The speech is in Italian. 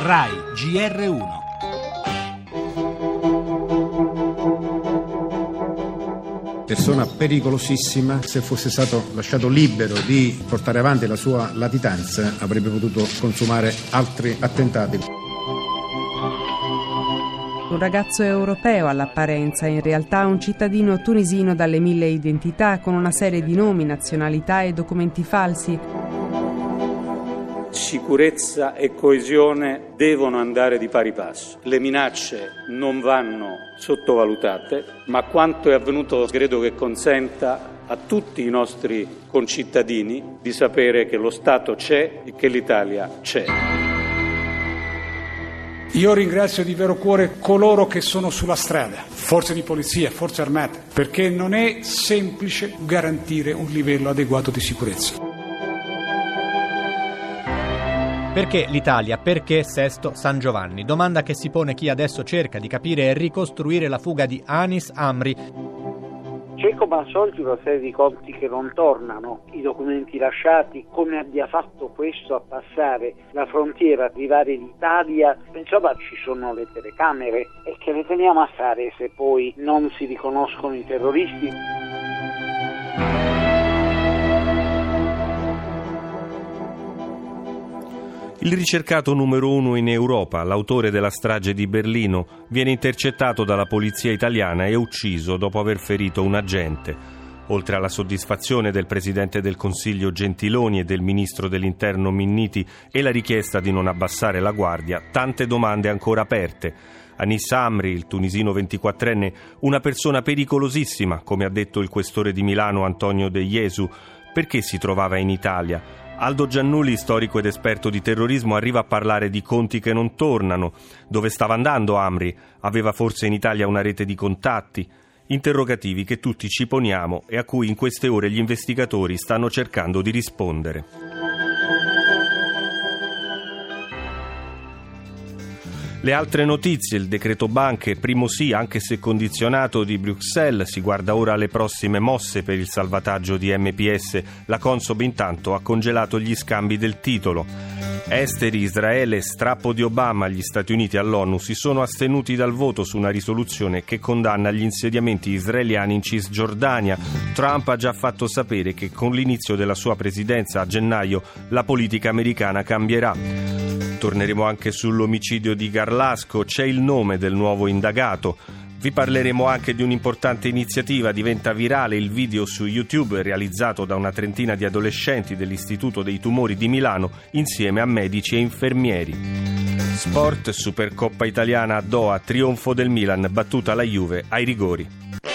RAI GR1. Persona pericolosissima. Se fosse stato lasciato libero di portare avanti la sua latitanza avrebbe potuto consumare altri attentati. Un ragazzo europeo all'apparenza, in realtà un cittadino tunisino dalle 1000 identità, con una serie di nomi, nazionalità e documenti falsi. Sicurezza e coesione devono andare di pari passo. Le minacce non vanno sottovalutate, ma quanto è avvenuto credo che consenta a tutti i nostri concittadini di sapere che lo Stato c'è e che l'Italia c'è. Io ringrazio di vero cuore coloro che sono sulla strada, forze di polizia, forze armate, perché non è semplice garantire un livello adeguato di sicurezza. Perché l'Italia? Perché Sesto San Giovanni? Domanda che si pone chi adesso cerca di capire e ricostruire la fuga di Anis Amri. C'è come al solito una serie di conti che non tornano, i documenti lasciati, come abbia fatto questo a passare la frontiera, arrivare in Italia. Insomma, ci sono le telecamere e che le teniamo a fare se poi non si riconoscono i terroristi? Il ricercato numero 1 in Europa, l'autore della strage di Berlino, viene intercettato dalla polizia italiana e ucciso dopo aver ferito un agente. Oltre alla soddisfazione del Presidente del Consiglio Gentiloni e del Ministro dell'Interno Minniti e la richiesta di non abbassare la guardia, tante domande ancora aperte. Anis Amri, il tunisino 24enne, una persona pericolosissima, come ha detto il questore di Milano Antonio De Iesu. Perché si trovava in Italia? Aldo Giannulli, storico ed esperto di terrorismo, arriva a parlare di conti che non tornano. Dove stava andando Amri? Aveva forse in Italia una rete di contatti? Interrogativi che tutti ci poniamo e a cui in queste ore gli investigatori stanno cercando di rispondere. Le altre notizie, il decreto banche, primo sì, anche se condizionato, di Bruxelles, si guarda ora alle prossime mosse per il salvataggio di MPS. La Consob intanto ha congelato gli scambi del titolo. Esteri, Israele, strappo di Obama, gli Stati Uniti all'ONU si sono astenuti dal voto su una risoluzione che condanna gli insediamenti israeliani in Cisgiordania. Trump ha già fatto sapere che con l'inizio della sua presidenza a gennaio la politica americana cambierà. Torneremo anche sull'omicidio di Garlasco, c'è il nome del nuovo indagato. Vi parleremo anche di un'importante iniziativa, diventa virale il video su YouTube realizzato da una trentina di adolescenti dell'Istituto dei Tumori di Milano insieme a medici e infermieri. Sport, Supercoppa italiana a Doha, trionfo del Milan, battuta la Juve ai rigori.